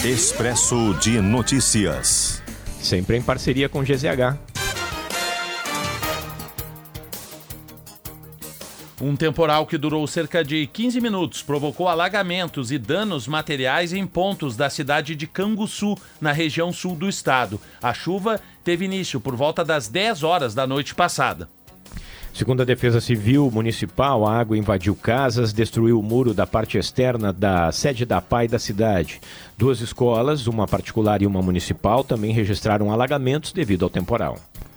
Expresso de Notícias. Sempre em parceria com GZH. Um temporal que durou cerca de 15 minutos provocou alagamentos e danos materiais em pontos da cidade de Canguçu, na região sul do estado. A chuva teve início por volta das 10 horas da noite passada. Segundo a Defesa Civil Municipal, a água invadiu casas, destruiu o muro da parte externa da sede da APAI da cidade. 2 escolas, uma particular e uma municipal, também registraram alagamentos devido ao temporal.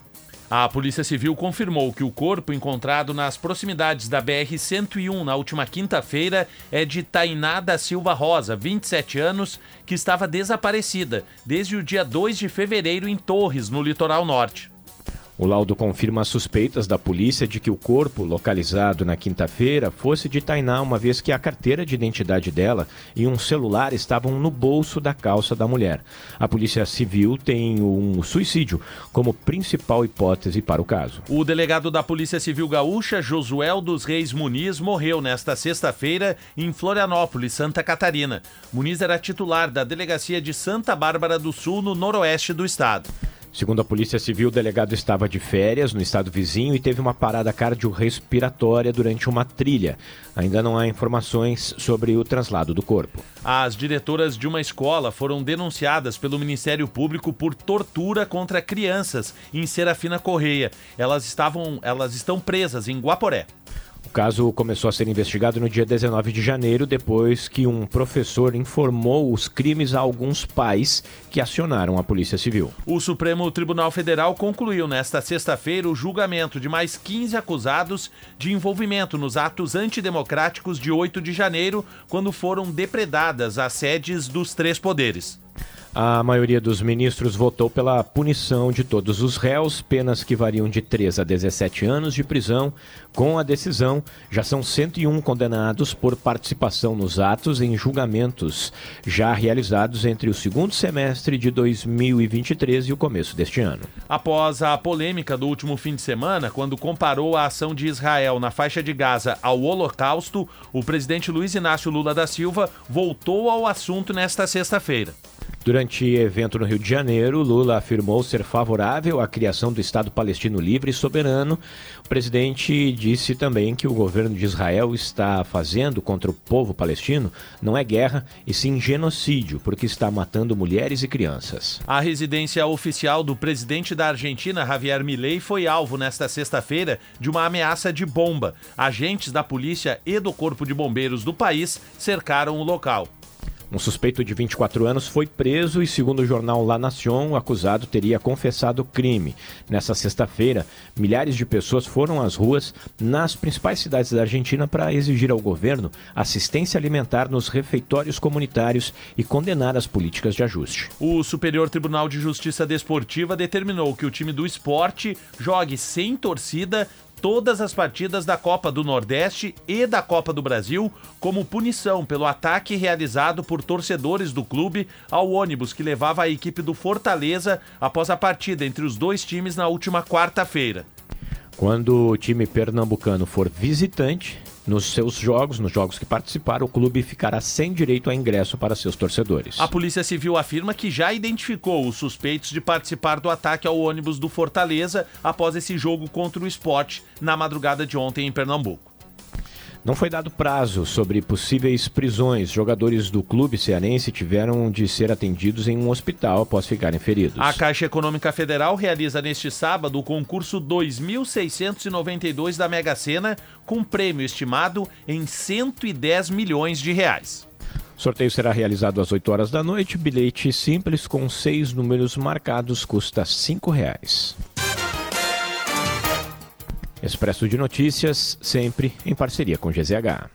A Polícia Civil confirmou que o corpo encontrado nas proximidades da BR-101 na última quinta-feira é de Tainá da Silva Rosa, 27 anos, que estava desaparecida desde o dia 2 de fevereiro em Torres, no litoral norte. O laudo confirma as suspeitas da polícia de que o corpo, localizado na quinta-feira, fosse de Tainá, uma vez que a carteira de identidade dela e um celular estavam no bolso da calça da mulher. A Polícia Civil tem um suicídio como principal hipótese para o caso. O delegado da Polícia Civil Gaúcha, Josuel dos Reis Muniz, morreu nesta sexta-feira em Florianópolis, Santa Catarina. Muniz era titular da Delegacia de Santa Bárbara do Sul, no noroeste do estado. Segundo a Polícia Civil, o delegado estava de férias no estado vizinho e teve uma parada cardiorrespiratória durante uma trilha. Ainda não há informações sobre o traslado do corpo. As diretoras de uma escola foram denunciadas pelo Ministério Público por tortura contra crianças em Serafina Correia. Elas estão presas em Guaporé. O caso começou a ser investigado no dia 19 de janeiro, depois que um professor informou os crimes a alguns pais que acionaram a Polícia Civil. O Supremo Tribunal Federal concluiu nesta sexta-feira o julgamento de mais 15 acusados de envolvimento nos atos antidemocráticos de 8 de janeiro, quando foram depredadas as sedes dos 3 poderes. A maioria dos ministros votou pela punição de todos os réus, penas que variam de 3 a 17 anos de prisão. Com a decisão, já são 101 condenados por participação nos atos em julgamentos já realizados entre o segundo semestre de 2023 e o começo deste ano. Após a polêmica do último fim de semana, quando comparou a ação de Israel na faixa de Gaza ao Holocausto, o presidente Luiz Inácio Lula da Silva voltou ao assunto nesta sexta-feira. Durante evento no Rio de Janeiro, Lula afirmou ser favorável à criação do Estado palestino livre e soberano. O presidente disse também que o governo de Israel está fazendo contra o povo palestino não é guerra, e sim genocídio, porque está matando mulheres e crianças. A residência oficial do presidente da Argentina, Javier Milei, foi alvo nesta sexta-feira de uma ameaça de bomba. Agentes da polícia e do Corpo de Bombeiros do país cercaram o local. Um suspeito de 24 anos foi preso e, segundo o jornal La Nación, o acusado teria confessado o crime. Nessa sexta-feira, milhares de pessoas foram às ruas nas principais cidades da Argentina para exigir ao governo assistência alimentar nos refeitórios comunitários e condenar as políticas de ajuste. O Superior Tribunal de Justiça Desportiva determinou que o time do Sport jogue sem torcida todas as partidas da Copa do Nordeste e da Copa do Brasil, como punição pelo ataque realizado por torcedores do clube ao ônibus que levava a equipe do Fortaleza após a partida entre os 2 times na última quarta-feira. Quando o time pernambucano for visitante, nos jogos que participaram, o clube ficará sem direito a ingresso para seus torcedores. A Polícia Civil afirma que já identificou os suspeitos de participar do ataque ao ônibus do Fortaleza após esse jogo contra o Sport na madrugada de ontem em Pernambuco. Não foi dado prazo sobre possíveis prisões. Jogadores do clube cearense tiveram de ser atendidos em um hospital após ficarem feridos. A Caixa Econômica Federal realiza neste sábado o concurso 2.692 da Mega Sena, com prêmio estimado em 110 milhões de reais. O sorteio será realizado às 8 horas da noite. Bilhete simples com 6 números marcados custa R$ 5,00. Expresso de Notícias, sempre em parceria com GZH.